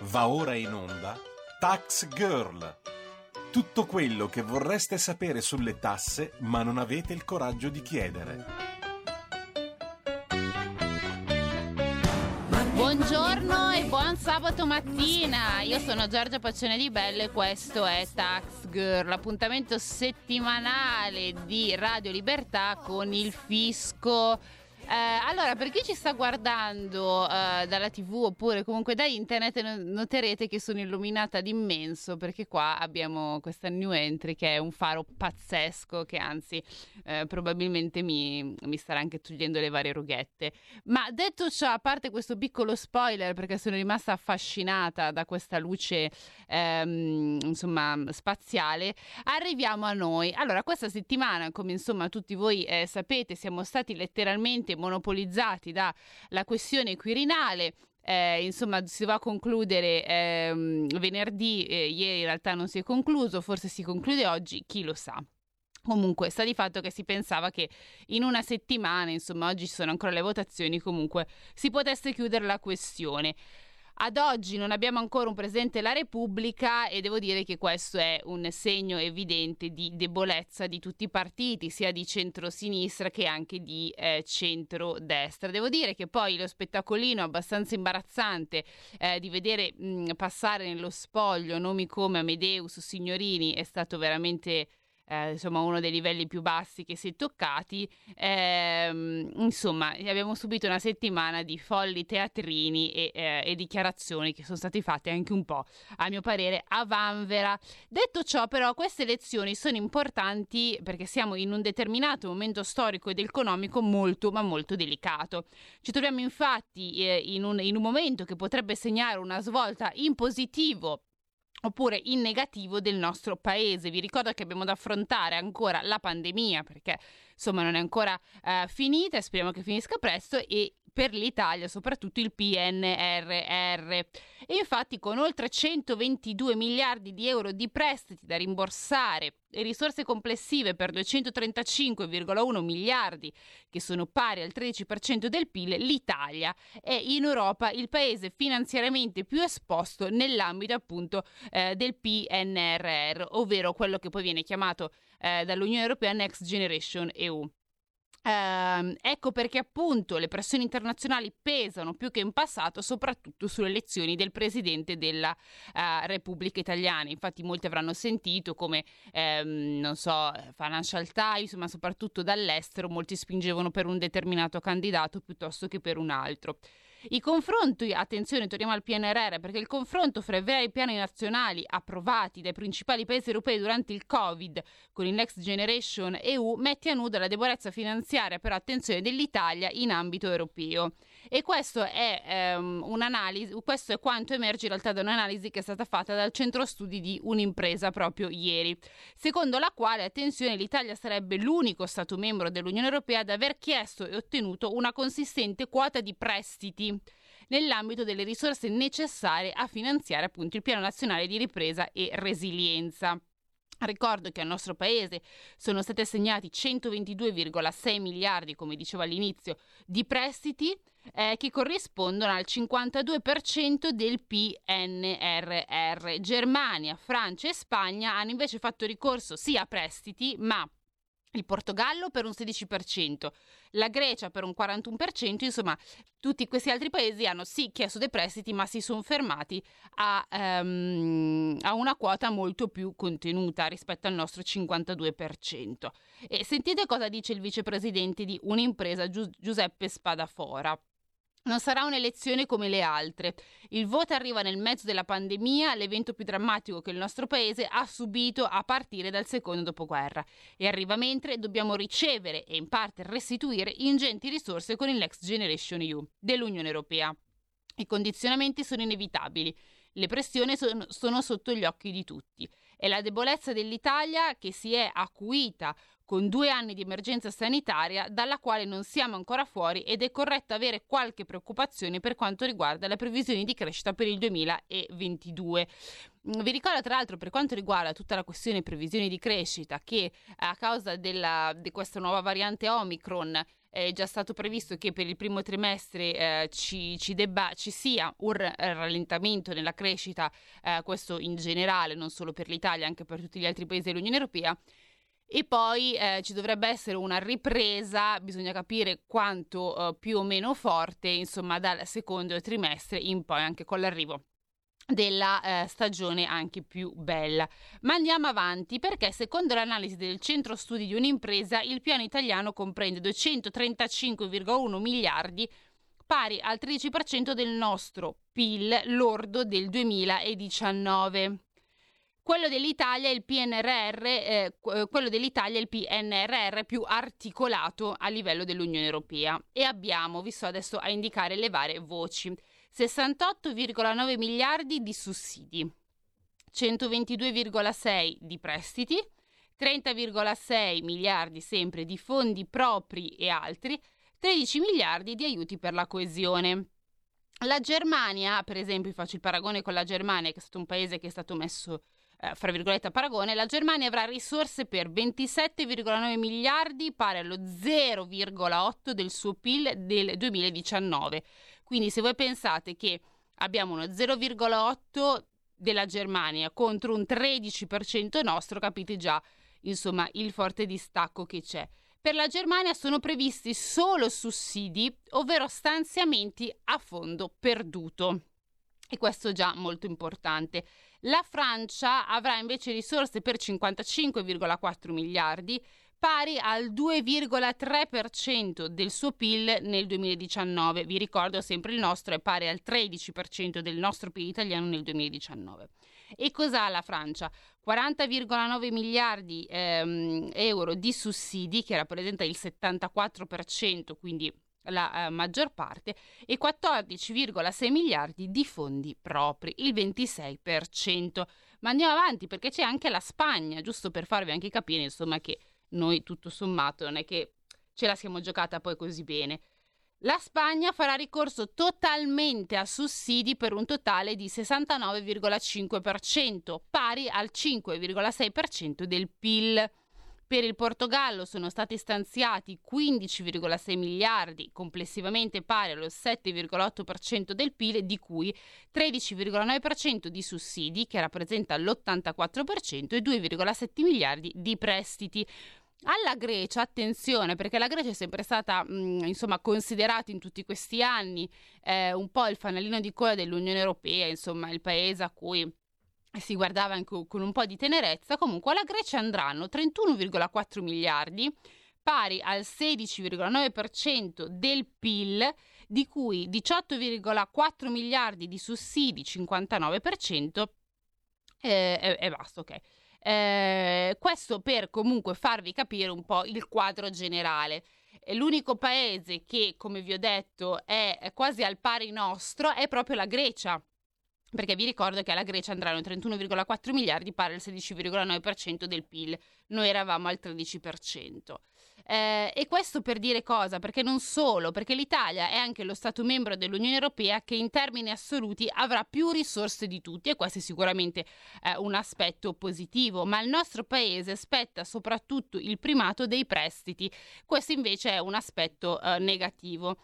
Va ora in onda Tax Girl. Tutto quello che vorreste sapere sulle tasse ma non avete il coraggio di chiedere. Buongiorno e buon sabato mattina. Io sono Giorgia Paccione di Bello e questo è Tax Girl, l'appuntamento settimanale di Radio Libertà con il fisco. Allora, per chi ci sta guardando dalla TV oppure comunque da internet, noterete che sono illuminata d'immenso, perché qua abbiamo questa new entry che è un faro pazzesco che anzi probabilmente mi starà anche togliendo le varie rughette. Ma detto ciò, a parte questo piccolo spoiler, perché sono rimasta affascinata da questa luce insomma spaziale, arriviamo a noi. Allora, questa settimana, come insomma tutti voi sapete, siamo stati letteralmente monopolizzati dalla questione Quirinale. Insomma, si va a concludere venerdì, ieri in realtà non si è concluso, forse si conclude oggi, chi lo sa. Comunque sta di fatto che si pensava che in una settimana, insomma oggi ci sono ancora le votazioni, comunque si potesse chiudere la questione. Ad oggi non abbiamo ancora un Presidente della Repubblica e devo dire che questo è un segno evidente di debolezza di tutti i partiti, sia di centro-sinistra che anche di centro-destra. Devo dire che poi lo spettacolino abbastanza imbarazzante di vedere passare nello spoglio nomi come Amadeus, Signorini è stato veramente insomma uno dei livelli più bassi che si è toccati. Insomma, abbiamo subito una settimana di folli teatrini e dichiarazioni che sono state fatte anche un po', a mio parere, a vanvera. Detto ciò, però, queste elezioni sono importanti perché siamo in un determinato momento storico ed economico molto ma molto delicato. Ci troviamo infatti in un momento che potrebbe segnare una svolta in positivo oppure in negativo del nostro paese. Vi ricordo che abbiamo da affrontare ancora la pandemia, perché insomma non è ancora finita e speriamo che finisca presto, e per l'Italia soprattutto il PNRR. E infatti con oltre 122 miliardi di euro di prestiti da rimborsare e risorse complessive per 235,1 miliardi, che sono pari al 13% del PIL, l'Italia è in Europa il paese finanziariamente più esposto nell'ambito appunto del PNRR, ovvero quello che poi viene chiamato dall'Unione Europea Next Generation EU. Ecco perché appunto le pressioni internazionali pesano più che in passato, soprattutto sulle elezioni del Presidente della Repubblica Italiana. Infatti molti avranno sentito come non so, Financial Times, ma soprattutto dall'estero molti spingevano per un determinato candidato piuttosto che per un altro. I confronti, attenzione, torniamo al PNRR, perché il confronto fra i vari piani nazionali approvati dai principali paesi europei durante il Covid con il Next Generation EU mette a nudo la debolezza finanziaria, però attenzione, dell'Italia in ambito europeo. E questo è un'analisi, questo è quanto emerge in realtà da un'analisi che è stata fatta dal centro studi di Un'impresa proprio ieri, secondo la quale, attenzione, l'Italia sarebbe l'unico Stato membro dell'Unione Europea ad aver chiesto e ottenuto una consistente quota di prestiti nell'ambito delle risorse necessarie a finanziare appunto il Piano Nazionale di Ripresa e Resilienza. Ricordo che al nostro paese sono stati assegnati 122,6 miliardi, come dicevo all'inizio, di prestiti che corrispondono al 52% del PNRR. Germania, Francia e Spagna hanno invece fatto ricorso sì a prestiti, ma il Portogallo per un 16%, la Grecia per un 41%, insomma tutti questi altri paesi hanno sì chiesto dei prestiti ma si sono fermati a una quota molto più contenuta rispetto al nostro 52%. E sentite cosa dice il vicepresidente di Un'impresa Giuseppe Spadafora. Non sarà un'elezione come le altre. Il voto arriva nel mezzo della pandemia, l'evento più drammatico che il nostro paese ha subito a partire dal secondo dopoguerra. E arriva mentre dobbiamo ricevere e in parte restituire ingenti risorse con il Next Generation EU dell'Unione Europea. I condizionamenti sono inevitabili. Le pressioni sono sotto gli occhi di tutti. È la debolezza dell'Italia che si è acuita con 2 anni di emergenza sanitaria dalla quale non siamo ancora fuori ed è corretto avere qualche preoccupazione per quanto riguarda le previsioni di crescita per il 2022. Vi ricordo tra l'altro, per quanto riguarda tutta la questione previsioni di crescita, che a causa di questa nuova variante Omicron è già stato previsto che per il primo trimestre ci sia un rallentamento nella crescita, questo in generale, non solo per l'Italia, anche per tutti gli altri paesi dell'Unione Europea. E poi ci dovrebbe essere una ripresa, bisogna capire quanto più o meno forte, insomma, dal secondo trimestre in poi, anche con l'arrivo della stagione anche più bella. Ma andiamo avanti, perché secondo l'analisi del centro studi di un'impresa, il piano italiano comprende 235,1 miliardi, pari al 13% del nostro PIL lordo del 2019. Quello dell'Italia è il PNRR più articolato a livello dell'Unione Europea, e abbiamo, vi sto adesso a indicare le varie voci: 68,9 miliardi di sussidi, 122,6 di prestiti, 30,6 miliardi sempre di fondi propri e altri, 13 miliardi di aiuti per la coesione. La Germania, per esempio, faccio il paragone con la Germania, che è stato un paese che è stato messo fra virgolette a paragone. La Germania avrà risorse per 27,9 miliardi, pari allo 0,8 del suo PIL del 2019. Quindi se voi pensate che abbiamo uno 0,8 della Germania contro un 13% nostro, capite già, insomma, il forte distacco che c'è. Per la Germania sono previsti solo sussidi, ovvero stanziamenti a fondo perduto. E questo è già molto importante. La Francia avrà invece risorse per 55,4 miliardi, pari al 2,3% del suo PIL nel 2019. Vi ricordo sempre il nostro è pari al 13% del nostro PIL italiano nel 2019. E cos'ha la Francia? 40,9 miliardi euro di sussidi, che rappresenta il 74%, quindi la maggior parte, e 14,6 miliardi di fondi propri, il 26%. Ma andiamo avanti, perché c'è anche la Spagna, giusto per farvi anche capire, insomma, che noi tutto sommato non è che ce la siamo giocata poi così bene. La Spagna farà ricorso totalmente a sussidi per un totale di 69,5%, pari al 5,6% del PIL. Per il Portogallo sono stati stanziati 15,6 miliardi, complessivamente pari allo 7,8% del PIL, di cui 13,9% di sussidi, che rappresenta l'84%, e 2,7 miliardi di prestiti. Alla Grecia, attenzione, perché la Grecia è sempre stata considerata in tutti questi anni un po' il fanalino di coda dell'Unione Europea, insomma il paese a cui si guardava anche con un po' di tenerezza. Comunque alla Grecia andranno 31,4 miliardi, pari al 16,9% del PIL, di cui 18,4 miliardi di sussidi, 59%, e basta, ok. Questo per comunque farvi capire un po' il quadro generale. L'unico paese che, come vi ho detto, è quasi al pari nostro è proprio la Grecia, perché vi ricordo che alla Grecia andranno 31,4 miliardi, pari al 16,9% del PIL. Noi eravamo al 13%. E questo per dire cosa? Perché non solo, perché l'Italia è anche lo Stato membro dell'Unione Europea che in termini assoluti avrà più risorse di tutti, e questo è sicuramente un aspetto positivo, ma il nostro paese spetta soprattutto il primato dei prestiti. Questo invece è un aspetto negativo.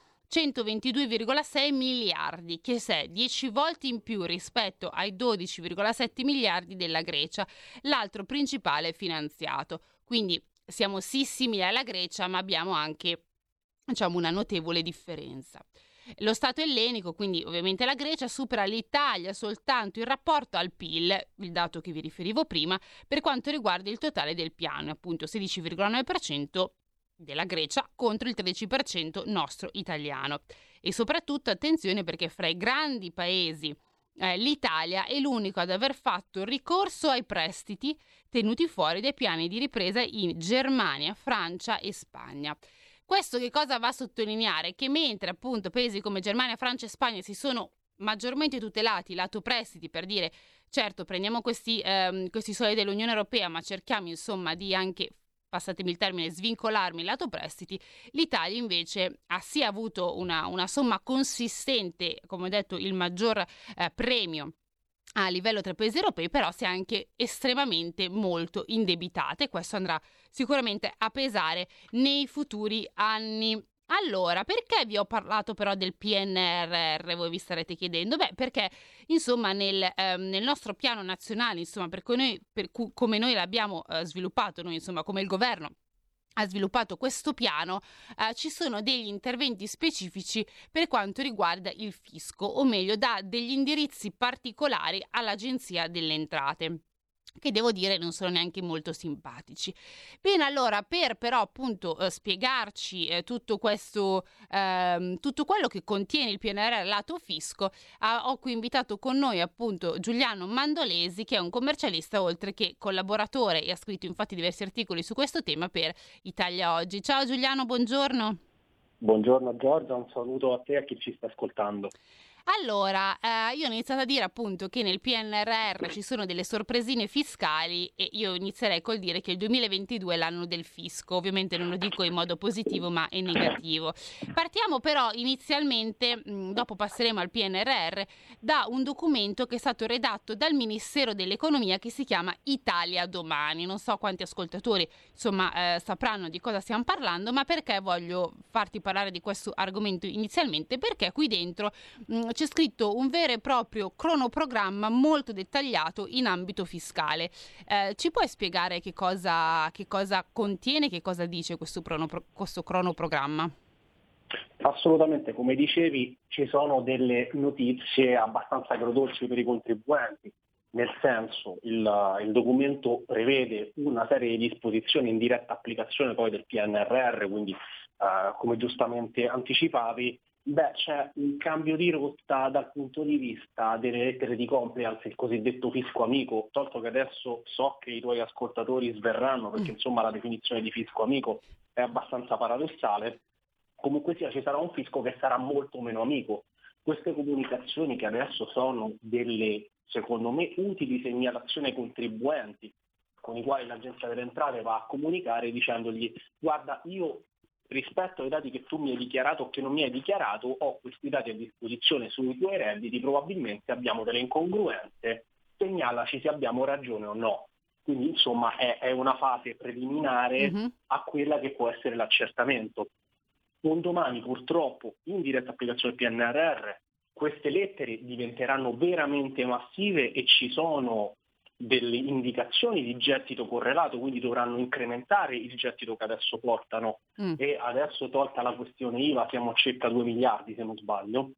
122,6 miliardi, che è 10 volte in più rispetto ai 12,7 miliardi della Grecia, l'altro principale finanziato. Quindi siamo sì simili alla Grecia, ma abbiamo anche, una notevole differenza. Lo Stato ellenico, quindi ovviamente la Grecia, supera l'Italia soltanto in rapporto al PIL, il dato che vi riferivo prima, per quanto riguarda il totale del piano, appunto 16,9% della Grecia contro il 13% nostro italiano. E soprattutto attenzione, perché fra i grandi paesi l'Italia è l'unico ad aver fatto ricorso ai prestiti tenuti fuori dai piani di ripresa in Germania, Francia e Spagna. Questo che cosa va a sottolineare? Che mentre appunto paesi come Germania, Francia e Spagna si sono maggiormente tutelati lato prestiti, per dire certo prendiamo questi soldi dell'Unione Europea, ma cerchiamo insomma di anche, passatemi il termine, svincolarmi lato prestiti, l'Italia invece ha sì avuto una somma consistente, come ho detto il maggior premio a livello tra paesi europei, però si è anche estremamente molto indebitata, e questo andrà sicuramente a pesare nei futuri anni. Allora, perché vi ho parlato però del PNRR? Voi vi starete chiedendo. Beh, perché insomma nel nostro piano nazionale, insomma, come noi l'abbiamo sviluppato, noi insomma come il governo ha sviluppato questo piano, ci sono degli interventi specifici per quanto riguarda il fisco, o meglio, dà degli indirizzi particolari all'Agenzia delle Entrate, che devo dire non sono neanche molto simpatici. Bene, allora, per però appunto spiegarci tutto questo, tutto quello che contiene il PNRR lato fisco, ho qui invitato con noi appunto Giuliano Mandolesi, che è un commercialista oltre che collaboratore e ha scritto infatti diversi articoli su questo tema per Italia Oggi. Ciao Giuliano, buongiorno. Buongiorno Giorgia, un saluto a te e a chi ci sta ascoltando. Allora, io ho iniziato a dire appunto che nel PNRR ci sono delle sorpresine fiscali e io inizierei col dire che il 2022 è l'anno del fisco. Ovviamente non lo dico in modo positivo ma in negativo. Partiamo però inizialmente, dopo passeremo al PNRR, da un documento che è stato redatto dal Ministero dell'Economia che si chiama Italia Domani. Non so quanti ascoltatori insomma sapranno di cosa stiamo parlando, ma perché voglio farti parlare di questo argomento inizialmente? Perché qui dentro c'è scritto un vero e proprio cronoprogramma molto dettagliato in ambito fiscale. Ci puoi spiegare che cosa contiene, che cosa dice questo cronoprogramma? Assolutamente, come dicevi, ci sono delle notizie abbastanza agrodolci per i contribuenti, nel senso il documento prevede una serie di disposizioni in diretta applicazione poi del PNRR, quindi come giustamente anticipavi, c'è un cambio di rotta dal punto di vista delle lettere di compliance, il cosiddetto fisco amico, tolto che adesso so che i tuoi ascoltatori sverranno perché insomma la definizione di fisco amico è abbastanza paradossale. Comunque sia, ci sarà un fisco che sarà molto meno amico. Queste comunicazioni che adesso sono delle, secondo me, utili segnalazioni ai contribuenti, con i quali l'Agenzia delle Entrate va a comunicare dicendogli: guarda, io rispetto ai dati che tu mi hai dichiarato o che non mi hai dichiarato, ho questi dati a disposizione sui tuoi redditi, probabilmente abbiamo delle incongruenze, segnalaci se abbiamo ragione o no. Quindi insomma è una fase preliminare a quella che può essere l'accertamento. Un domani purtroppo, in diretta applicazione del PNRR, queste lettere diventeranno veramente massive e ci sono delle indicazioni di gettito correlato, quindi dovranno incrementare il gettito che adesso portano e adesso, tolta la questione IVA, siamo a circa 2 miliardi se non sbaglio.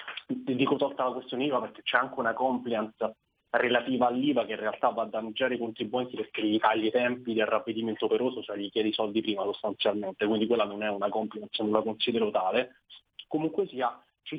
Dico tolta la questione IVA perché c'è anche una compliance relativa all'IVA che in realtà va a danneggiare i contribuenti perché gli tagli i tempi del ravvedimento operoso, cioè gli chiedi i soldi prima sostanzialmente, quindi quella non è una compliance, non la considero tale. Comunque sia, ci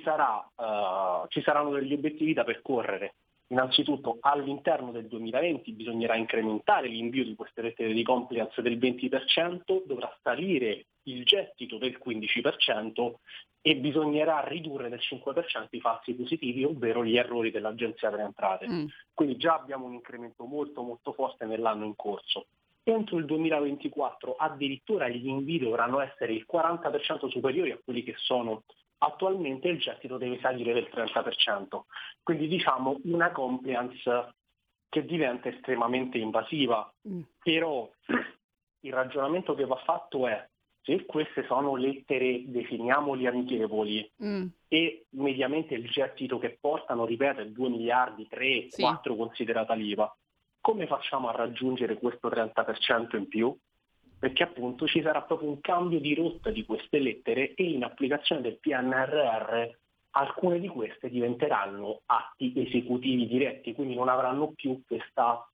saranno degli obiettivi da percorrere. Innanzitutto all'interno del 2020 bisognerà incrementare l'invio di queste lettere di compliance del 20%, dovrà salire il gettito del 15% e bisognerà ridurre del 5% i falsi positivi, ovvero gli errori dell'Agenzia delle Entrate. Quindi già abbiamo un incremento molto molto forte nell'anno in corso. Entro il 2024 addirittura gli invii dovranno essere il 40% superiori a quelli che sono attualmente, il gettito deve salire del 30%. Quindi diciamo una compliance che diventa estremamente invasiva. Però il ragionamento che va fatto è: se queste sono lettere, definiamoli amichevoli, e mediamente il gettito che portano, ripeto, è 2 miliardi, 3, 4 considerata l'IVA, come facciamo a raggiungere questo 30% in più? Perché appunto ci sarà proprio un cambio di rotta di queste lettere e in applicazione del PNRR alcune di queste diventeranno atti esecutivi diretti, quindi non avranno più questo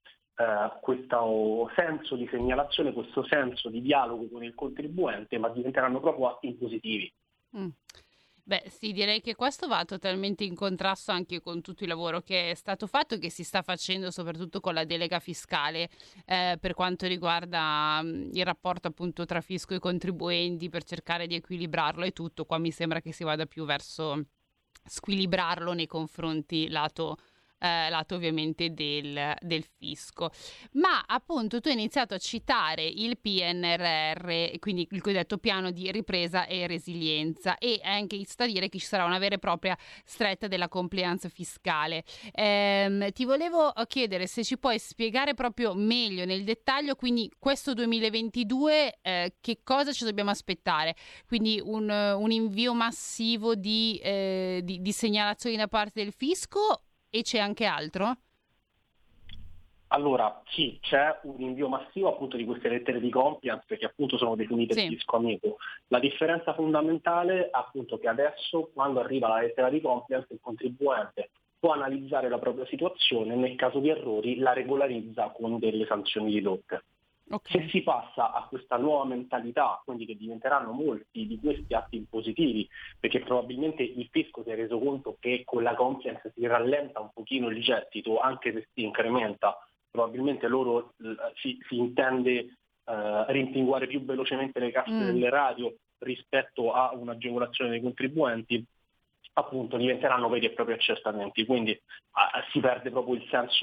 senso di segnalazione, questo senso di dialogo con il contribuente, ma diventeranno proprio atti impositivi. Beh, sì, direi che questo va totalmente in contrasto anche con tutto il lavoro che è stato fatto e che si sta facendo soprattutto con la delega fiscale per quanto riguarda il rapporto appunto tra fisco e contribuenti, per cercare di equilibrarlo e tutto. Qua mi sembra che si vada più verso squilibrarlo nei confronti lato lato ovviamente del fisco. Ma appunto tu hai iniziato a citare il PNRR, quindi il cosiddetto piano di ripresa e resilienza, e hai anche iniziato a dire che ci sarà una vera e propria stretta della compliance fiscale. Ti volevo chiedere se ci puoi spiegare proprio meglio nel dettaglio, quindi questo 2022 che cosa ci dobbiamo aspettare? Quindi un invio massivo di segnalazioni da parte del fisco, e c'è anche altro? Allora, sì, c'è un invio massivo appunto di queste lettere di compliance che appunto sono definite Sì. fisco amico. La differenza fondamentale è appunto che adesso, quando arriva la lettera di compliance, il contribuente può analizzare la propria situazione e nel caso di errori la regolarizza con delle sanzioni ridotte. Ok. Se si passa a questa nuova mentalità, quindi che diventeranno molti di questi atti impositivi, perché probabilmente il fisco si è reso conto che con la compliance si rallenta un pochino il gettito, anche se si incrementa, probabilmente loro si intende rimpinguare più velocemente le casse dell'erario rispetto a un'agevolazione dei contribuenti, appunto diventeranno veri e propri accertamenti, quindi si perde proprio il senso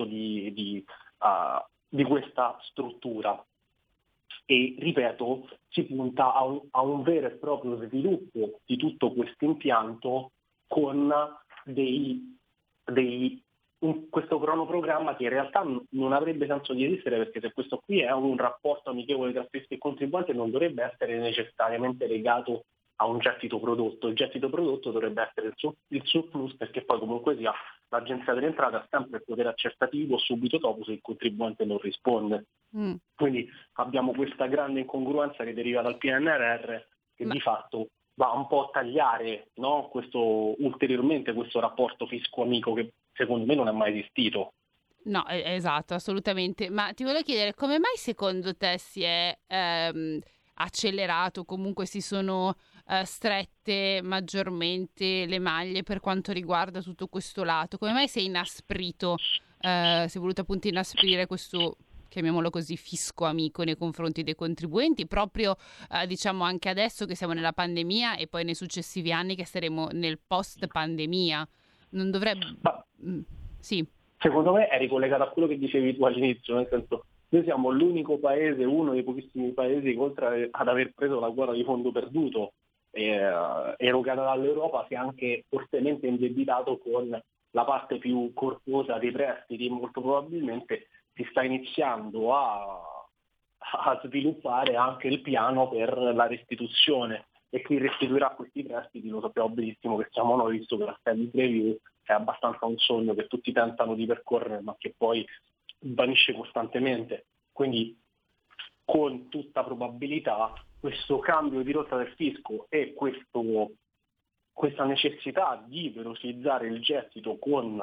di questa struttura. E ripeto, si punta a un vero e proprio sviluppo di tutto questo impianto con questo cronoprogramma che in realtà non avrebbe senso di esistere, perché se questo qui è un rapporto amichevole tra fisco e contribuente non dovrebbe essere necessariamente legato a un gettito prodotto. Il gettito prodotto dovrebbe essere il surplus, perché poi comunque sia l'Agenzia delle Entrate ha sempre il potere accertativo subito dopo se il contribuente non risponde. Quindi abbiamo questa grande incongruenza che deriva dal PNRR che di fatto va un po' a tagliare, no, ulteriormente questo rapporto fisco-amico che secondo me non è mai esistito. No, esatto, assolutamente. Ma ti volevo chiedere, come mai secondo te si è accelerato, comunque si sono strette maggiormente le maglie per quanto riguarda tutto questo lato? Come mai si è inasprito, si è voluto appunto inasprire questo, chiamiamolo così, fisco amico nei confronti dei contribuenti, proprio diciamo anche adesso che siamo nella pandemia e poi nei successivi anni che saremo nel post pandemia? Non dovrebbe... Sì. Secondo me è ricollegato a quello che dicevi tu all'inizio, nel senso noi siamo l'unico paese, uno dei pochissimi paesi che oltre ad aver preso la quota di fondo perduto erogata dall'Europa si è anche fortemente indebitato con la parte più corposa dei prestiti. Molto probabilmente si sta iniziando a sviluppare anche il piano per la restituzione, e chi restituirà questi prestiti lo sappiamo benissimo che siamo noi, visto che la spending review è abbastanza un sogno che tutti tentano di percorrere ma che poi svanisce costantemente. Quindi con tutta probabilità questo cambio di rotta del fisco e questa necessità di velocizzare il gettito con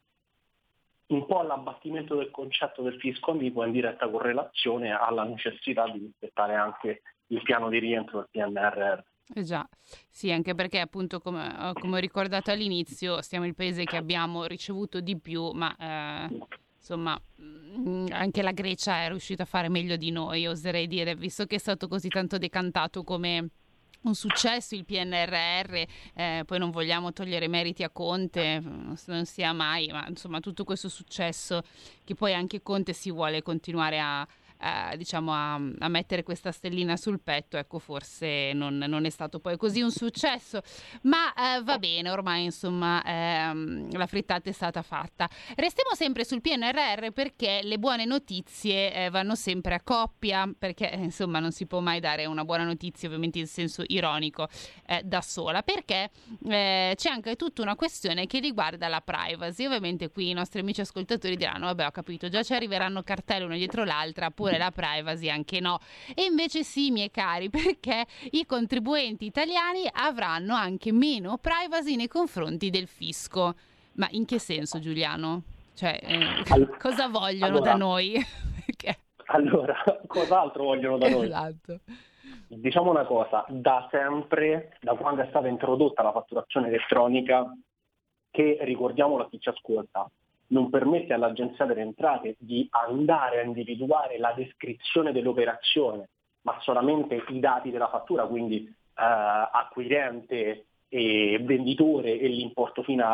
un po' all'abbattimento del concetto del fisco amico è in diretta correlazione alla necessità di rispettare anche il piano di rientro del PNRR. Già, sì, anche perché appunto come ho ricordato all'inizio siamo il paese che abbiamo ricevuto di più, ma insomma anche la Grecia è riuscita a fare meglio di noi, oserei dire, visto che è stato così tanto decantato come un successo il PNRR, poi non vogliamo togliere meriti a Conte, non sia mai, ma insomma tutto questo successo che poi anche Conte si vuole continuare diciamo a mettere questa stellina sul petto, ecco, forse non è stato poi così un successo, ma va bene, ormai insomma la frittata è stata fatta. Restiamo sempre sul PNRR perché le buone notizie vanno sempre a coppia, perché insomma non si può mai dare una buona notizia ovviamente in senso ironico da sola, perché c'è anche tutta una questione che riguarda la privacy. Ovviamente qui i nostri amici ascoltatori diranno vabbè, ho capito, già ci arriveranno cartelle una dietro l'altra, pure la privacy anche no. E invece sì, miei cari, perché i contribuenti italiani avranno anche meno privacy nei confronti del fisco. Ma in che senso, Giuliano? Cioè, cosa vogliono da noi? Perché... Allora, cos'altro vogliono da noi? Esatto. Diciamo una cosa, da sempre, da quando è stata introdotta la fatturazione elettronica, che ricordiamolo a chi ci ascolta, non permette all'Agenzia delle Entrate di andare a individuare la descrizione dell'operazione, ma solamente i dati della fattura, quindi acquirente e venditore e l'importo finale,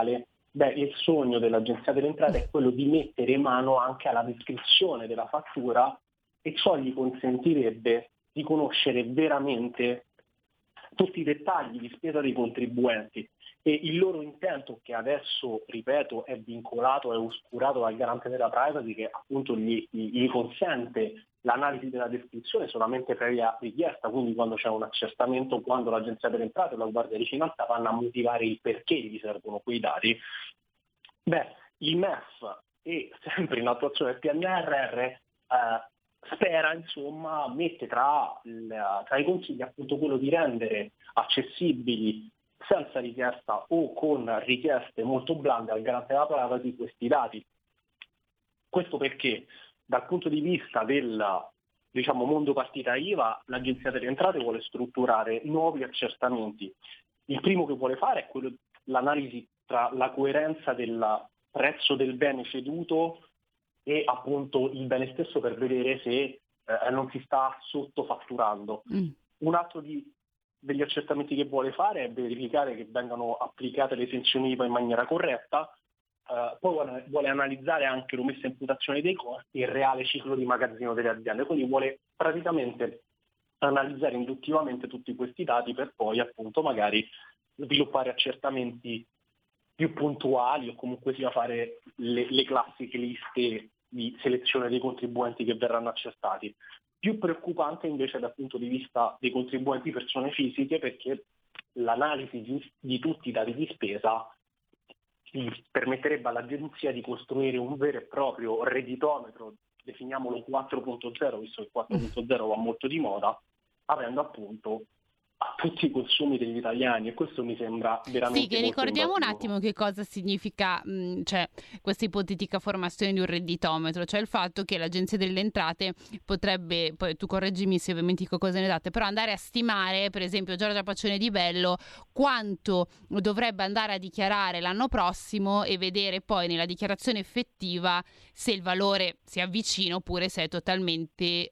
il sogno dell'Agenzia delle Entrate è quello di mettere mano anche alla descrizione della fattura, e ciò gli consentirebbe di conoscere veramente tutti i dettagli di spesa dei contribuenti, e il loro intento, che adesso, ripeto, è vincolato, è oscurato dal garante della privacy, che appunto gli consente l'analisi della descrizione solamente previa richiesta, quindi quando c'è un accertamento, quando l'Agenzia delle Entrate o la Guardia di Finanza vanno a motivare il perché gli servono quei dati. Il MEF, e sempre in attuazione del PNRR, spera, insomma, mette tra i consigli appunto quello di rendere accessibili senza richiesta o con richieste molto blande al garante della privacy questi dati. Questo perché dal punto di vista del mondo partita IVA, l'Agenzia delle Entrate vuole strutturare nuovi accertamenti. Il primo che vuole fare è quello l'analisi tra la coerenza del prezzo del bene ceduto e appunto il bene stesso, per vedere se non si sta sottofatturando. Un altro degli accertamenti che vuole fare è verificare che vengano applicate le esenzioni IVA in maniera corretta. Poi vuole analizzare anche l'omessa imputazione dei costi e il reale ciclo di magazzino delle aziende, quindi vuole praticamente analizzare induttivamente tutti questi dati per poi appunto magari sviluppare accertamenti più puntuali, o comunque sia fare le classiche liste di selezione dei contribuenti che verranno accertati. Più preoccupante invece dal punto di vista dei contribuenti persone fisiche, perché l'analisi di tutti i dati di spesa permetterebbe all'Agenzia di costruire un vero e proprio redditometro, definiamolo 4.0, visto che 4.0 va molto di moda, avendo appunto a tutti i consumi degli italiani, e questo mi sembra veramente. Sì, che ricordiamo un attimo che cosa significa questa ipotetica formazione di un redditometro, cioè il fatto che l'Agenzia delle Entrate potrebbe, poi tu correggimi se dimentico cose ne date, però andare a stimare, per esempio Giorgia Paccione di Bello, quanto dovrebbe andare a dichiarare l'anno prossimo, e vedere poi nella dichiarazione effettiva se il valore si avvicina oppure se è totalmente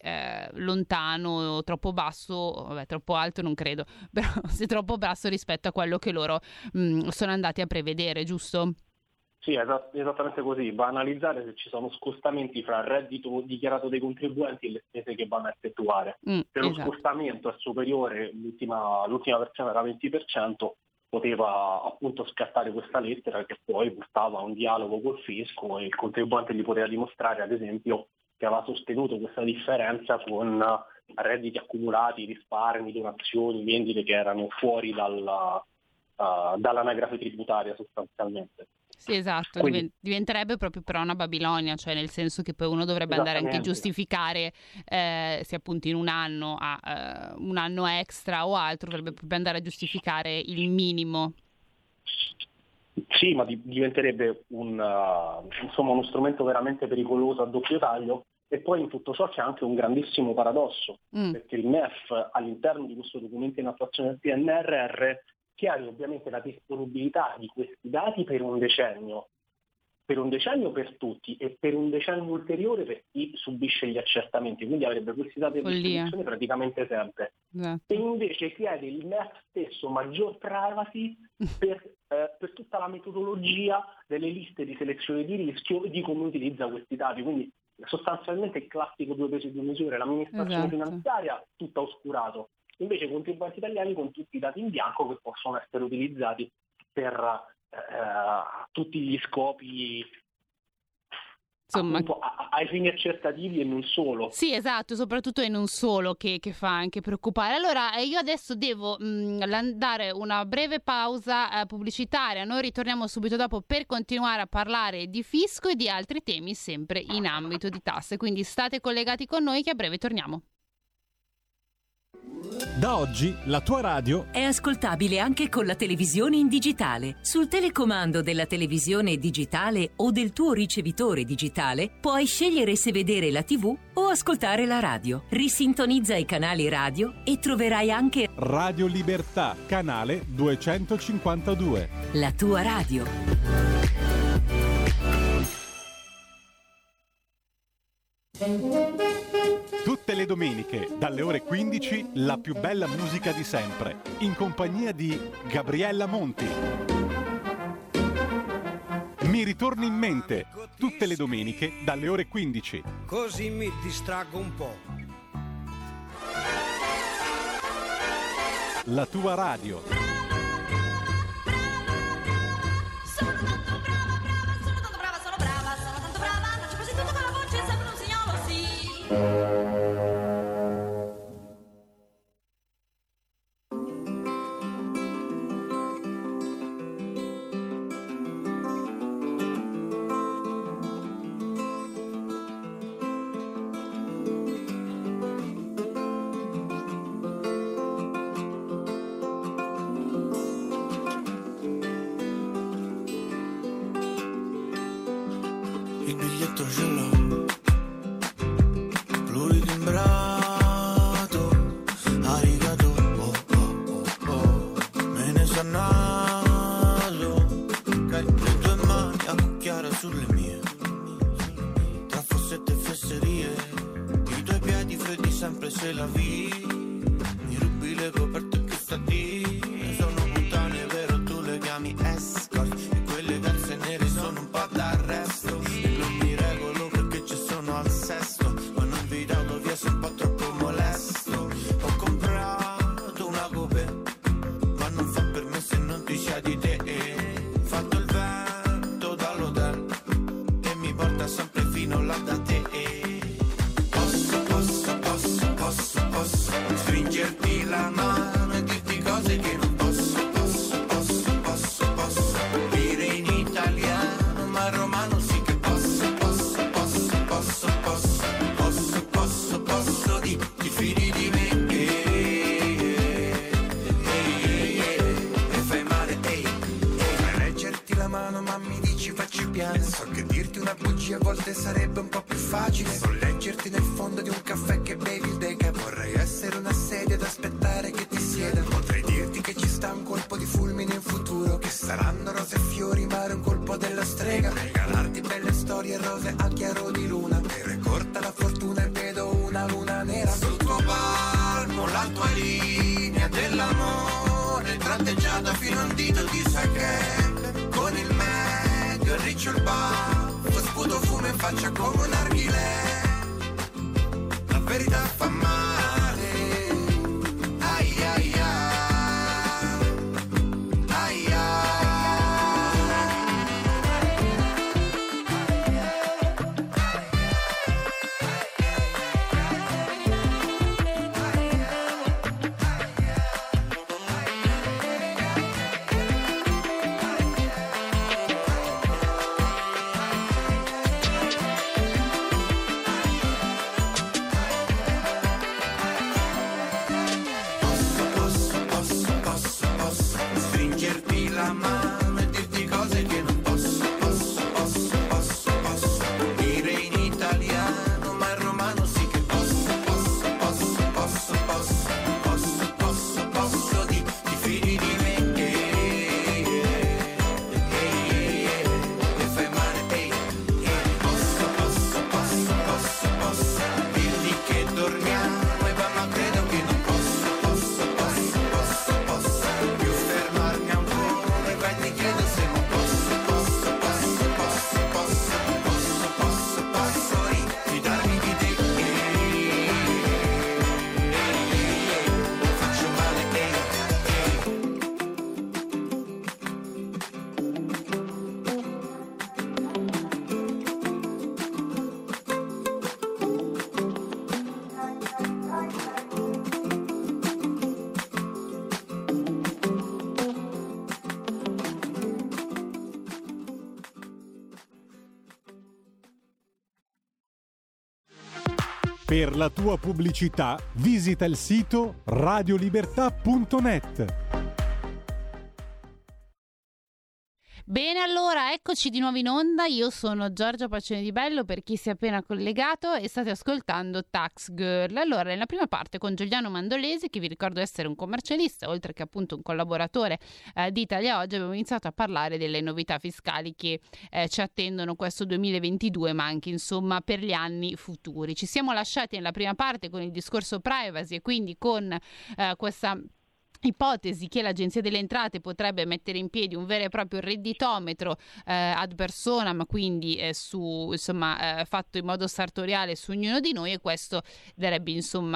lontano, troppo basso, troppo alto non credo, però se è troppo basso rispetto a quello che loro sono andati a prevedere, giusto? Sì, esattamente così. Va a analizzare se ci sono scostamenti fra il reddito dichiarato dei contribuenti e le spese che vanno a effettuare. Se lo scostamento è superiore, l'ultima versione era 20%, poteva appunto scattare questa lettera che poi portava a un dialogo col fisco, e il contribuente gli poteva dimostrare, ad esempio, che aveva sostenuto questa differenza con redditi accumulati, risparmi, donazioni, vendite che erano fuori dall'anagrafe tributaria sostanzialmente. Sì, esatto. Quindi diventerebbe proprio però una Babilonia, cioè nel senso che poi uno dovrebbe andare anche a giustificare se appunto in un anno ha un anno extra o altro, dovrebbe proprio andare a giustificare il minimo. Sì, ma diventerebbe uno strumento veramente pericoloso a doppio taglio. E poi in tutto ciò c'è anche un grandissimo paradosso, perché il MEF all'interno di questo documento in attuazione del PNRR chiede ovviamente la disponibilità di questi dati per un decennio per tutti, e per un decennio ulteriore per chi subisce gli accertamenti, quindi avrebbe questi dati a disposizione praticamente sempre. E invece chiede il MEF stesso maggior privacy per tutta la metodologia delle liste di selezione di rischio e di come utilizza questi dati, quindi sostanzialmente il classico 2 pesi e 2 misure, l'amministrazione finanziaria tutta oscurato, invece i contribuenti italiani con tutti i dati in bianco che possono essere utilizzati per tutti gli scopi, insomma, appunto, ai fini accertativi e non solo. Sì, esatto, soprattutto e non solo, che fa anche preoccupare. Allora, io adesso devo dare una breve pausa pubblicitaria. Noi ritorniamo subito dopo per continuare a parlare di fisco e di altri temi sempre in ambito di tasse, quindi state collegati con noi che a breve torniamo. Da oggi la tua radio è ascoltabile anche con la televisione in digitale. Sul telecomando della televisione digitale o del tuo ricevitore digitale puoi scegliere se vedere la TV o ascoltare la radio. Risintonizza i canali radio e troverai anche Radio Libertà, canale 252. La tua radio. Tutte le domeniche, dalle ore 15, la più bella musica di sempre, in compagnia di Gabriella Monti. Mi ritorni in mente, tutte le domeniche dalle ore 15. Così mi distraggo un po'. La tua radio. Sono tanto brava, faccio così tutto con la voce, sembra un signolo, sì. Il biglietto ce l'ho, pluridimbrato, arigato, oh, oh, oh, oh. Me ne sono nato, le tue mani a cucchiare sulle mie, tra fossette e fesserie, i tuoi piedi freddi sempre se la vi, mi rubi le coperte che sta di, sono puttane vero, tu le chiami escort, e quelle calze nere sono un po' d'arresto. Al sesto, ma non invitato via, sei un po' troppo molesto. Ho comprato una coupe, ma non fa per me se non ti sia di te. Fatto il vento dall'hotel e mi porta sempre fino là da te. Posso stringerti la mano e dirti cose che non posso dire in italiano, ma in romano sì che posso ti fidi di me e fai male, reggerti la mano ma mi dici facci piano, so che dirti una bugia a volte sarebbe un po' più facile, so leggerti nel fondo di un caffè che bevi il deca, vorrei essere una sedia ad aspettare che ti sieda, potrei dirti che ci sta un colpo di fulmine in futuro, che saranno rose e fiori ma è un colpo della strega, regalarti belle storie rose al chiaro di luna, è corta la fortuna e vedo una luna nera sul tuo palmo, la tua linea dell'amore tratteggiata fino a un dito di sake, con il medio e riccio il baffo, sputo fumo in faccia come un narghilè, la verità fa male, ai ai ai. Per la tua pubblicità visita il sito radiolibertà.net. Bene, allora eccoci di nuovo in onda. Io sono Giorgia Pacione di Bello, per chi si è appena collegato, e state ascoltando Tax Girl. Allora, nella prima parte con Giuliano Mandolesi, che vi ricordo essere un commercialista, oltre che appunto un collaboratore di Italia Oggi, abbiamo iniziato a parlare delle novità fiscali che ci attendono questo 2022, ma anche insomma per gli anni futuri. Ci siamo lasciati nella prima parte con il discorso privacy e quindi con questa ipotesi che l'Agenzia delle Entrate potrebbe mettere in piedi un vero e proprio redditometro ad personam, quindi fatto in modo sartoriale su ognuno di noi, e questo darebbe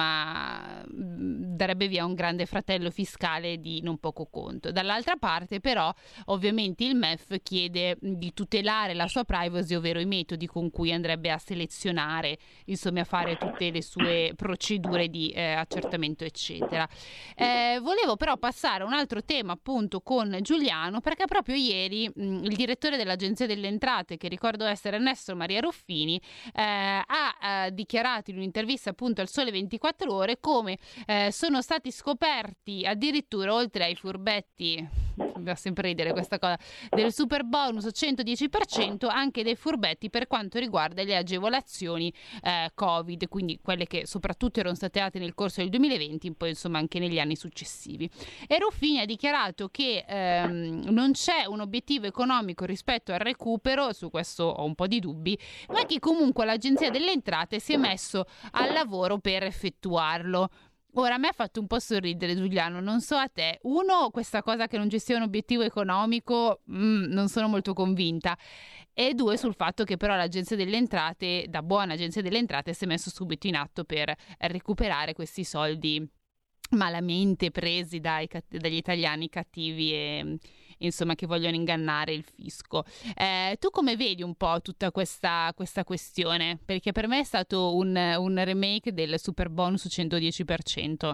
via un grande fratello fiscale di non poco conto. Dall'altra parte però ovviamente il MEF chiede di tutelare la sua privacy, ovvero i metodi con cui andrebbe a selezionare, insomma a fare tutte le sue procedure di accertamento eccetera. Volevo però passare a un altro tema appunto con Giuliano, perché proprio ieri il direttore dell'Agenzia delle Entrate, che ricordo essere Ernesto Maria Ruffini, ha dichiarato in un'intervista appunto al Sole 24 Ore come sono stati scoperti addirittura, oltre ai furbetti, mi fa sempre ridere questa cosa, del super bonus 110%, anche dei furbetti per quanto riguarda le agevolazioni Covid, quindi quelle che soprattutto erano state date nel corso del 2020, poi insomma anche negli anni successivi. E Ruffini ha dichiarato che non c'è un obiettivo economico rispetto al recupero, su questo ho un po' di dubbi, ma che comunque l'Agenzia delle Entrate si è messo al lavoro per effettuarlo. Ora, a me ha fatto un po' sorridere, Giuliano, non so a te. Uno, questa cosa che non ci sia un obiettivo economico, non sono molto convinta. E due, sul fatto che però l'Agenzia delle Entrate, da buona Agenzia delle Entrate, si è messo subito in atto per recuperare questi soldi malamente presi dagli italiani cattivi e insomma che vogliono ingannare il fisco. Tu come vedi un po' tutta questa questione? Perché per me è stato un remake del super bonus 110%.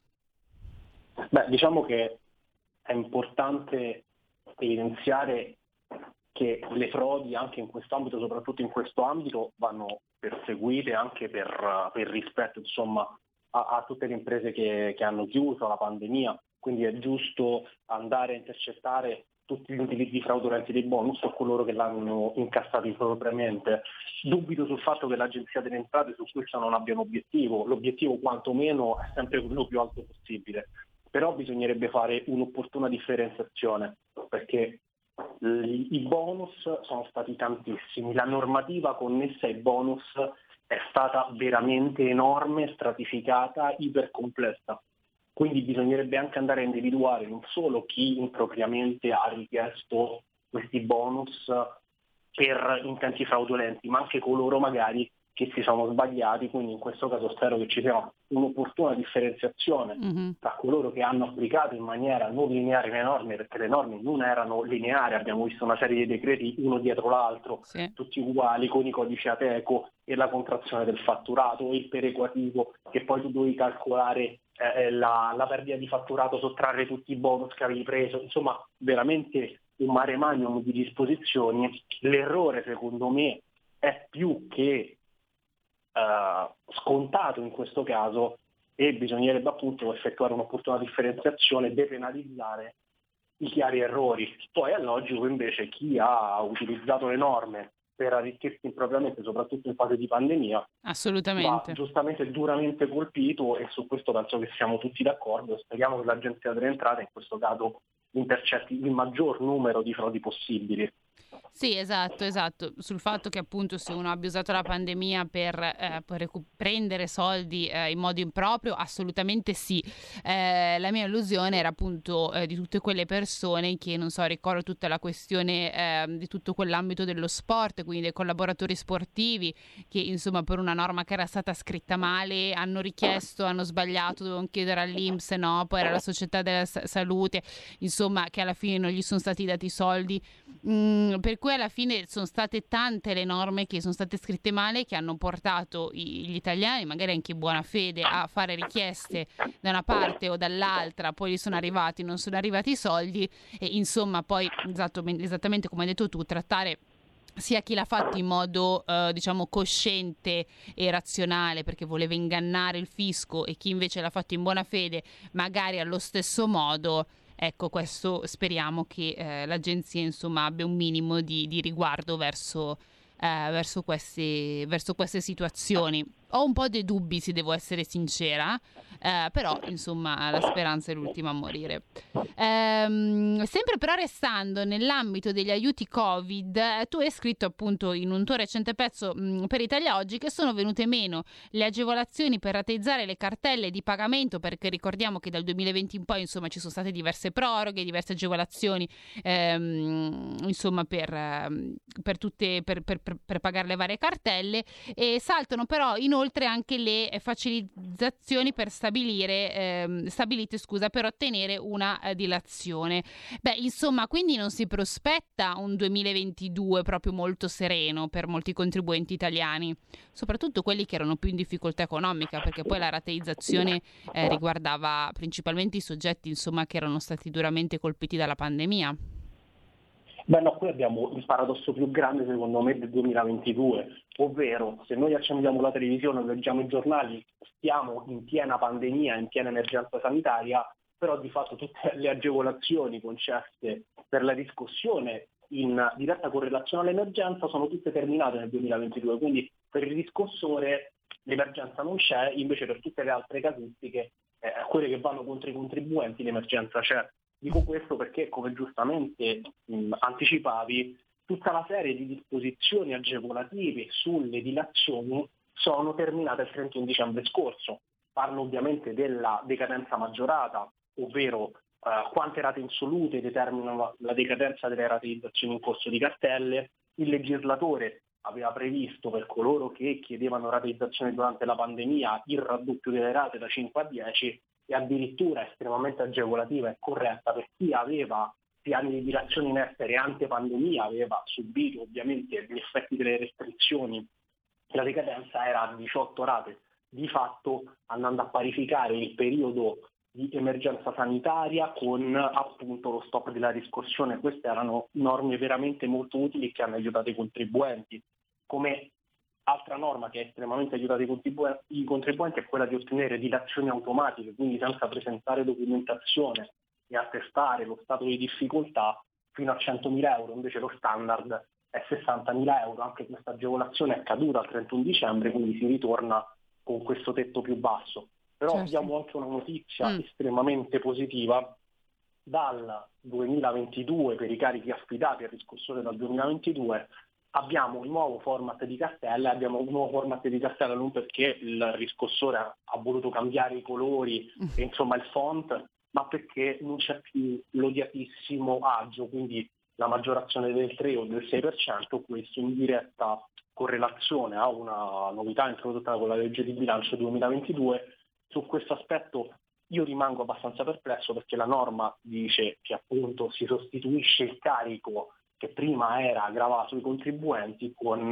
Beh, diciamo che è importante evidenziare che le frodi anche in questo ambito, soprattutto in questo ambito, vanno perseguite anche per rispetto insomma a tutte le imprese che hanno chiuso, la pandemia, quindi è giusto andare a intercettare tutti gli utilizzi fraudolenti dei bonus o coloro che l'hanno incassati propriamente. Dubito sul fatto che l'Agenzia delle Entrate su questo non abbia un obiettivo, l'obiettivo quantomeno è sempre quello più alto possibile, però bisognerebbe fare un'opportuna differenziazione, perché i bonus sono stati tantissimi, la normativa connessa ai bonus è stata veramente enorme, stratificata, ipercomplessa. Quindi bisognerebbe anche andare a individuare non solo chi impropriamente ha richiesto questi bonus per intenti fraudolenti, ma anche coloro magari che si sono sbagliati, quindi in questo caso spero che ci sia un'opportuna differenziazione tra coloro che hanno applicato in maniera non lineare le norme, perché le norme non erano lineari, abbiamo visto una serie di decreti uno dietro l'altro, sì, tutti uguali, con i codici Ateco e la contrazione del fatturato e il perequativo, che poi tu dovevi calcolare la perdita di fatturato, sottrarre tutti i bonus che avevi preso, insomma veramente un mare magnum di disposizioni. L'errore secondo me è più che scontato in questo caso e bisognerebbe appunto effettuare un'opportuna differenziazione e depenalizzare i chiari errori. Poi è logico invece chi ha utilizzato le norme per arricchirsi impropriamente, soprattutto in fase di pandemia, assolutamente, va giustamente duramente colpito, e su questo penso che siamo tutti d'accordo. Speriamo che l'Agenzia delle Entrate in questo caso intercetti il maggior numero di frodi possibili. Sì, esatto, sul fatto che appunto se uno abbia usato la pandemia per prendere soldi in modo improprio, assolutamente sì. La mia illusione era appunto di tutte quelle persone che, non so, ricordo tutta la questione di tutto quell'ambito dello sport, quindi dei collaboratori sportivi che insomma per una norma che era stata scritta male hanno richiesto, hanno sbagliato, dovevano chiedere all'INPS, no? Poi era la società della salute, insomma, che alla fine non gli sono stati dati i soldi. Per cui alla fine sono state tante le norme che sono state scritte male, che hanno portato gli italiani, magari anche in buona fede, a fare richieste da una parte o dall'altra, poi gli sono arrivati, non sono arrivati i soldi e insomma poi esattamente come hai detto tu, trattare sia chi l'ha fatto in modo diciamo cosciente e razionale perché voleva ingannare il fisco e chi invece l'ha fatto in buona fede magari allo stesso modo. Ecco, questo speriamo che l'agenzia insomma abbia un minimo di riguardo verso queste situazioni. Ho un po' dei dubbi, se devo essere sincera, però insomma la speranza è l'ultima a morire. Sempre però restando nell'ambito degli aiuti Covid, tu hai scritto appunto in un tuo recente pezzo per Italia Oggi che sono venute meno le agevolazioni per rateizzare le cartelle di pagamento, perché ricordiamo che dal 2020 in poi insomma ci sono state diverse proroghe, diverse agevolazioni insomma per pagare le varie cartelle, e saltano però inoltre anche le facilitazioni per stabilite per ottenere una dilazione. Beh, insomma, quindi non si prospetta un 2022 proprio molto sereno per molti contribuenti italiani, soprattutto quelli che erano più in difficoltà economica, perché poi la rateizzazione riguardava principalmente i soggetti insomma che erano stati duramente colpiti dalla pandemia. Beh no, qui abbiamo il paradosso più grande secondo me del 2022, ovvero se noi accendiamo la televisione o leggiamo i giornali stiamo in piena pandemia, in piena emergenza sanitaria, però di fatto tutte le agevolazioni concesse per la riscossione in diretta correlazione all'emergenza sono tutte terminate nel 2022, quindi per il riscossore l'emergenza non c'è, invece per tutte le altre casistiche, quelle che vanno contro i contribuenti, l'emergenza c'è. Dico questo perché, come giustamente anticipavi, tutta la serie di disposizioni agevolative sulle dilazioni sono terminate il 31 dicembre scorso. Parlo ovviamente della decadenza maggiorata, ovvero quante rate insolute determinano la decadenza delle rateizzazioni in corso di cartelle. Il legislatore aveva previsto per coloro che chiedevano rateizzazione durante la pandemia il raddoppio delle rate da 5 a 10 e addirittura estremamente agevolativa e corretta per chi aveva piani di dilazione in essere ante pandemia, aveva subito ovviamente gli effetti delle restrizioni. La decadenza era a 18 rate, di fatto andando a parificare il periodo di emergenza sanitaria con appunto lo stop della riscossione. Queste erano norme veramente molto utili che hanno aiutato i contribuenti. Come altra norma che ha estremamente aiutato i contribuenti è quella di ottenere dilazioni automatiche, quindi senza presentare documentazione e attestare lo stato di difficoltà fino a 100.000 euro, invece lo standard è 60.000 euro. Anche questa agevolazione è caduta al 31 dicembre, quindi si ritorna con questo tetto più basso. Però abbiamo anche una notizia estremamente positiva. Dal 2022, per i carichi affidati al riscossore dal 2022, abbiamo un nuovo format di cartella, non perché il riscossore ha voluto cambiare i colori e insomma il font, ma perché non c'è più l'odiatissimo agio, quindi la maggiorazione del 3 o del 6%, questo in diretta correlazione a una novità introdotta con la legge di bilancio 2022. Su questo aspetto io rimango abbastanza perplesso, perché la norma dice che appunto si sostituisce il carico che prima era gravato sui contribuenti con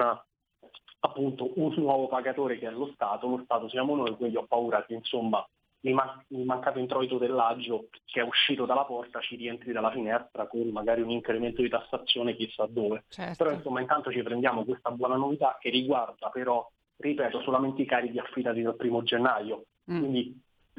appunto un nuovo pagatore che è lo Stato siamo noi, quindi ho paura che insomma il mancato introito dell'agio che è uscito dalla porta ci rientri dalla finestra con magari un incremento di tassazione chissà dove. Però insomma intanto ci prendiamo questa buona novità che riguarda però, ripeto, solamente i carichi affidati dal 1 gennaio, quindi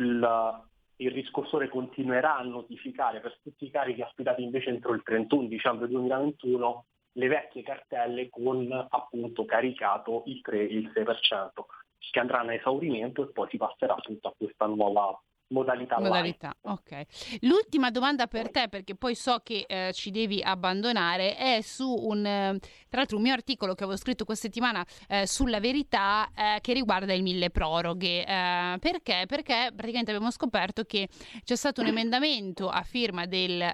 il riscossore continuerà a notificare per tutti i carichi affidati invece entro il 31 dicembre 2021 le vecchie cartelle con appunto caricato il 3 e il 6%, che andranno a esaurimento e poi si passerà appunto a questa nuova modalità. Ok. L'ultima domanda per te, perché poi so che ci devi abbandonare, è su tra l'altro un mio articolo che avevo scritto questa settimana sulla Verità che riguarda il milleproroghe. Perché? Perché praticamente abbiamo scoperto che c'è stato un emendamento a firma del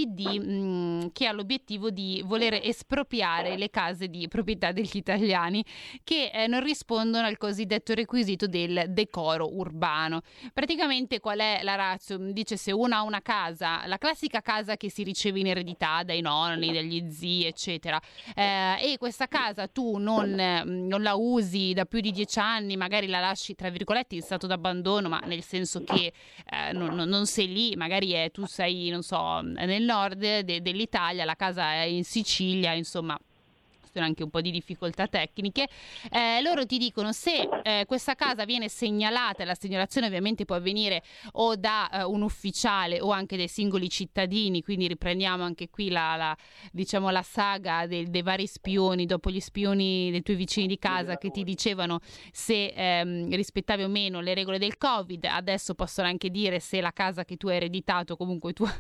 PD che ha l'obiettivo di voler espropriare le case di proprietà degli italiani che non rispondono al cosiddetto requisito del decoro urbano. Praticamente qual è la ratio? Dice, se uno ha una casa, la classica casa che si riceve in eredità dai nonni, dagli zii, eccetera, e questa casa tu non la usi da più di 10 anni, magari la lasci tra virgolette in stato d'abbandono, ma nel senso che non sei lì, magari tu sei, non so, nel nord dell'Italia, la casa è in Sicilia, insomma anche un po' di difficoltà tecniche. Loro ti dicono se questa casa viene segnalata, la segnalazione ovviamente può avvenire o da un ufficiale o anche dai singoli cittadini, quindi riprendiamo anche qui la saga dei vari spioni, dopo gli spioni dei tuoi vicini di casa che ti dicevano se rispettavi o meno le regole del Covid. Adesso possono anche dire se la casa che tu hai ereditato, comunque tu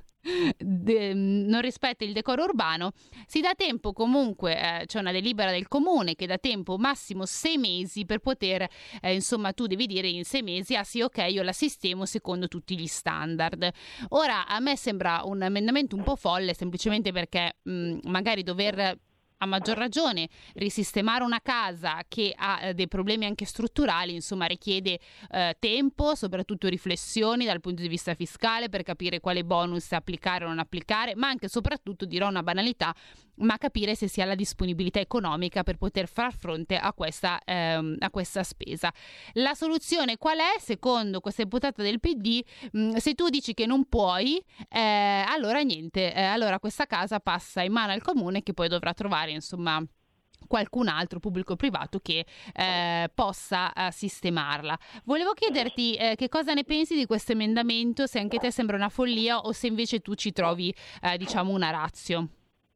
non rispetta il decoro urbano. Si dà tempo comunque, c'è una delibera del comune che dà tempo massimo 6 mesi per poter insomma tu devi dire in 6 mesi sì ok, io la sistemo secondo tutti gli standard. Ora a me sembra un emendamento un po' folle, semplicemente perché magari dover a maggior ragione risistemare una casa che ha dei problemi anche strutturali, insomma richiede tempo, soprattutto riflessioni dal punto di vista fiscale per capire quale bonus applicare o non applicare, ma anche e soprattutto, dirò una banalità, ma capire se si ha la disponibilità economica per poter far fronte a questa spesa. La soluzione qual è? Secondo questa imputata del PD, se tu dici che non puoi, allora niente, allora questa casa passa in mano al comune, che poi dovrà trovare insomma qualcun altro, pubblico o privato, che possa sistemarla. Volevo chiederti che cosa ne pensi di questo emendamento, se anche te sembra una follia o se invece tu ci trovi diciamo una ratio.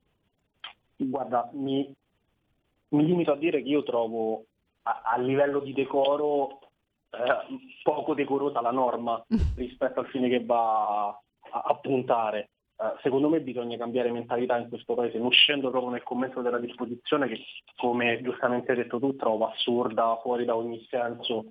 Guarda, mi limito a dire che io trovo a livello di decoro poco decorosa la norma rispetto al fine che va a puntare. Secondo me bisogna cambiare mentalità in questo paese, non scendo proprio nel commento della disposizione che, come giustamente hai detto tu, trovo assurda, fuori da ogni senso,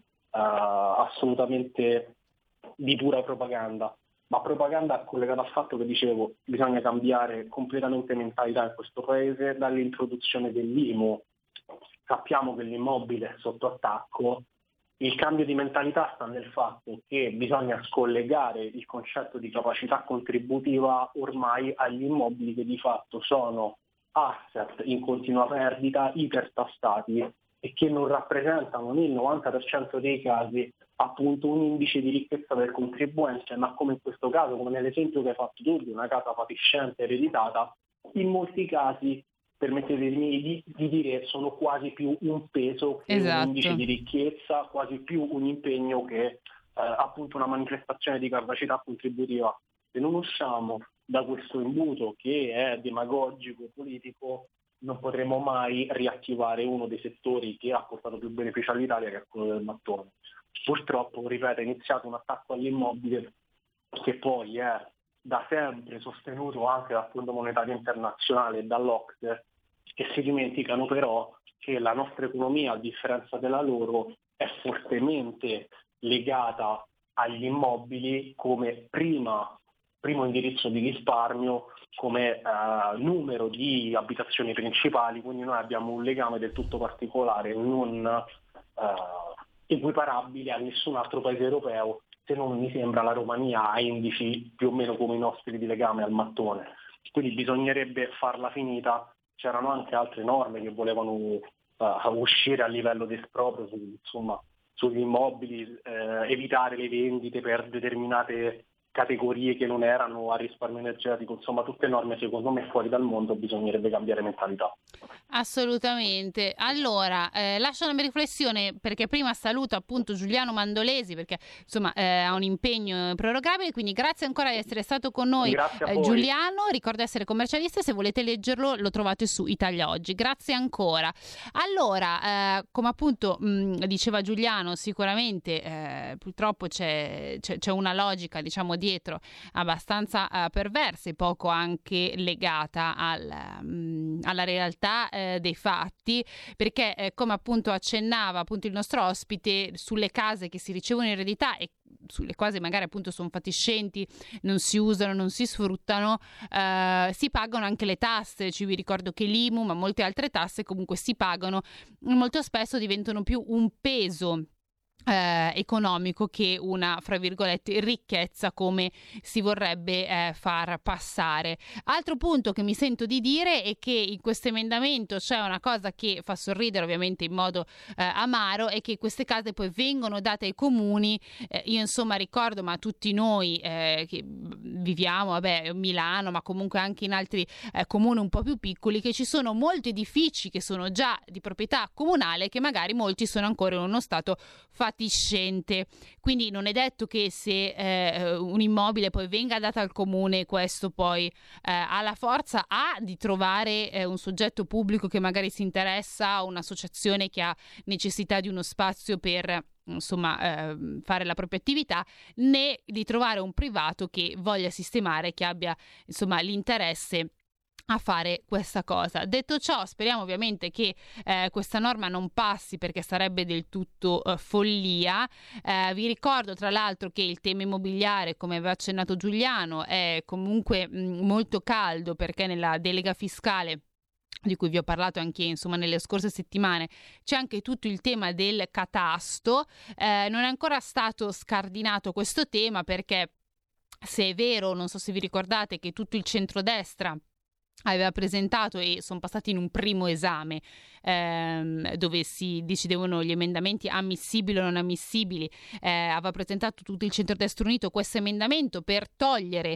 assolutamente di pura propaganda. Ma propaganda collegata al fatto che dicevo, bisogna cambiare completamente mentalità in questo paese, dall'introduzione dell'IMU. Sappiamo che l'immobile è sotto attacco, il cambio di mentalità sta nel fatto che bisogna scollegare il concetto di capacità contributiva ormai agli immobili che di fatto sono asset in continua perdita, ipertassati e che non rappresentano nel 90% dei casi appunto un indice di ricchezza del contribuente, ma come in questo caso, come nell'esempio che hai fatto tu di una casa fatiscente ereditata, in molti casi, permettetemi di dire, sono quasi più un peso che un indice di ricchezza, quasi più un impegno che appunto una manifestazione di capacità contributiva. Se non usciamo da questo imbuto che è demagogico, politico, non potremo mai riattivare uno dei settori che ha portato più benefici all'Italia, che è quello del mattone. Purtroppo, ripeto, è iniziato un attacco all'immobile che poi è da sempre sostenuto anche dal Fondo Monetario Internazionale e dall'OCSE, che si dimenticano però che la nostra economia, a differenza della loro, è fortemente legata agli immobili come primo indirizzo di risparmio, come numero di abitazioni principali, quindi noi abbiamo un legame del tutto particolare, non equiparabile a nessun altro paese europeo, se non mi sembra la Romania ha indici più o meno come i nostri di legame al mattone. Quindi bisognerebbe farla finita. C'erano anche altre norme che volevano uscire a livello di esproprio sugli immobili, evitare le vendite per determinate categorie che non erano a risparmio energetico, insomma tutte norme secondo me fuori dal mondo, bisognerebbe cambiare mentalità. Assolutamente. Allora, lascio una mia riflessione, perché prima saluto appunto Giuliano Mandolesi, perché insomma ha un impegno prorogabile, quindi grazie ancora di essere stato con noi Giuliano, ricordo essere commercialista, se volete leggerlo lo trovate su Italia Oggi. Grazie ancora. Allora, come appunto diceva Giuliano, sicuramente purtroppo c'è una logica, diciamo, dietro abbastanza perversa e poco anche legata alla realtà dei fatti, perché come appunto accennava appunto il nostro ospite, sulle case che si ricevono in eredità e sulle cose magari appunto sono fatiscenti, non si usano, non si sfruttano, si pagano anche le tasse. Vi ricordo che l'IMU, ma molte altre tasse comunque si pagano, molto spesso diventano più un peso economico che una, fra virgolette, ricchezza come si vorrebbe far passare. Altro punto che mi sento di dire è che in questo emendamento c'è una cosa che fa sorridere ovviamente in modo amaro, è che queste case poi vengono date ai comuni. Io insomma ricordo, ma tutti noi che viviamo a Milano, ma comunque anche in altri comuni un po' più piccoli, che ci sono molti edifici che sono già di proprietà comunale, che magari molti sono ancora in uno stato fatiscente, quindi non è detto che se un immobile poi venga dato al comune, questo poi ha la forza di trovare un soggetto pubblico che magari si interessa, a un'associazione che ha necessità di uno spazio per fare la propria attività, né di trovare un privato che voglia sistemare, che abbia l'interesse a fare questa cosa. Detto ciò, speriamo ovviamente che questa norma non passi, perché sarebbe del tutto follia. Vi ricordo tra l'altro che il tema immobiliare, come aveva accennato Giuliano, è comunque molto caldo, perché nella delega fiscale di cui vi ho parlato anche nelle scorse settimane c'è anche tutto il tema del catasto. Non è ancora stato scardinato questo tema, perché se è vero, non so se vi ricordate, che tutto il centrodestra aveva presentato e sono passati in un primo esame dove si decidevano gli emendamenti ammissibili o non ammissibili, aveva presentato tutto il centrodestra unito questo emendamento per togliere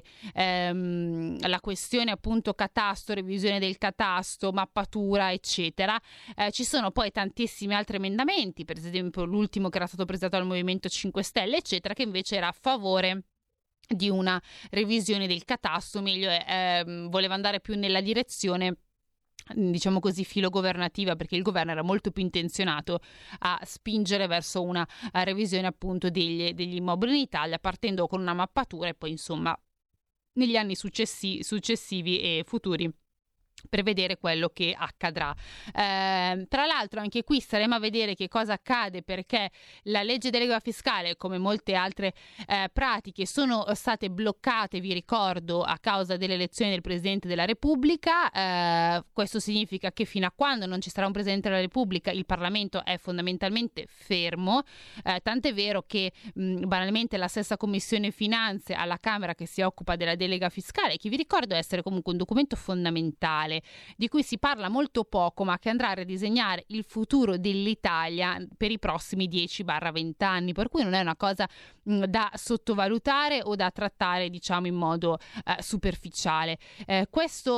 la questione appunto catasto, revisione del catasto, mappatura eccetera. Ci sono poi tantissimi altri emendamenti, per esempio l'ultimo che era stato presentato dal Movimento 5 Stelle eccetera, che invece era a favore di una revisione del catasto, meglio voleva andare più nella direzione diciamo così filogovernativa, perché il governo era molto più intenzionato a spingere verso una revisione appunto degli immobili in Italia, partendo con una mappatura e poi negli anni successivi e futuri per vedere quello che accadrà. Tra l'altro anche qui staremo a vedere che cosa accade, perché la legge delega fiscale, come molte altre pratiche, sono state bloccate, vi ricordo, a causa delle elezioni del Presidente della Repubblica. Questo significa che fino a quando non ci sarà un Presidente della Repubblica il Parlamento è fondamentalmente fermo, tant'è vero che banalmente la stessa Commissione Finanze alla Camera, che si occupa della delega fiscale, che vi ricordo essere comunque un documento fondamentale di cui si parla molto poco, ma che andrà a ridisegnare il futuro dell'Italia per i prossimi 10-20 anni, per cui non è una cosa da sottovalutare o da trattare diciamo in modo superficiale. Questo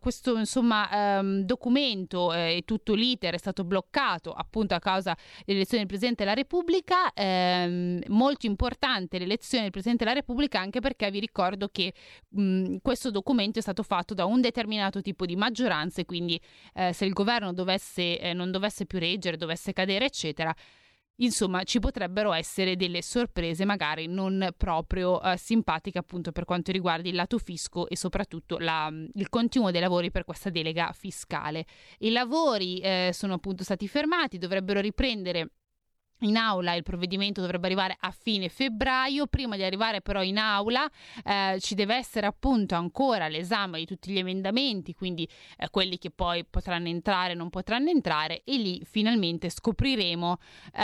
documento e tutto l'iter è stato bloccato appunto a causa dell'elezione del Presidente della Repubblica. Molto importante l'elezione del Presidente della Repubblica, anche perché vi ricordo che questo documento è stato fatto da un determinato tipo di maggioranza, e quindi se il governo non dovesse più reggere, dovesse cadere eccetera, insomma ci potrebbero essere delle sorprese magari non proprio simpatiche appunto per quanto riguarda il lato fisco e soprattutto il continuo dei lavori per questa delega fiscale. I lavori sono appunto stati fermati, dovrebbero riprendere in aula, il provvedimento dovrebbe arrivare a fine febbraio. Prima di arrivare però in aula ci deve essere appunto ancora l'esame di tutti gli emendamenti, quindi quelli che poi potranno entrare, non potranno entrare, e lì finalmente scopriremo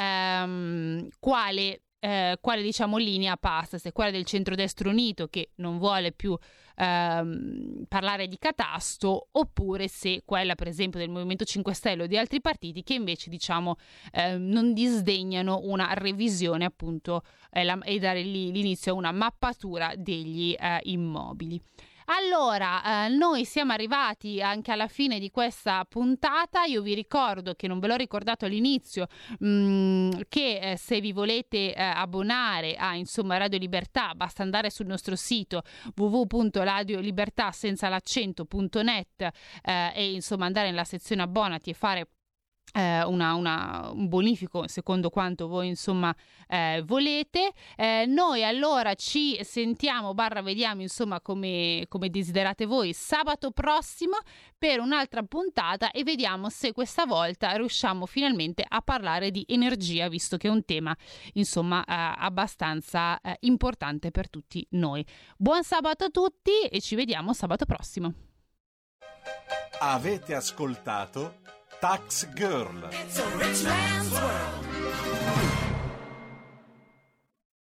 quale diciamo linea passa, se quella del centrodestra unito che non vuole più parlare di catasto, oppure se quella per esempio del Movimento 5 Stelle o di altri partiti che invece diciamo non disdegnano una revisione appunto e dare l'inizio a una mappatura degli immobili. Allora, noi siamo arrivati anche alla fine di questa puntata. Io vi ricordo, che non ve l'ho ricordato all'inizio, che se vi volete abbonare a Radio Libertà basta andare sul nostro sito www.radiolibertà.net e andare nella sezione abbonati e fare un bonifico secondo quanto voi volete. Noi allora ci sentiamo vediamo come desiderate voi sabato prossimo per un'altra puntata, e vediamo se questa volta riusciamo finalmente a parlare di energia, visto che è un tema abbastanza importante per tutti noi. Buon sabato a tutti e ci vediamo sabato prossimo. Avete ascoltato Tax Girl. It's a rich man's world.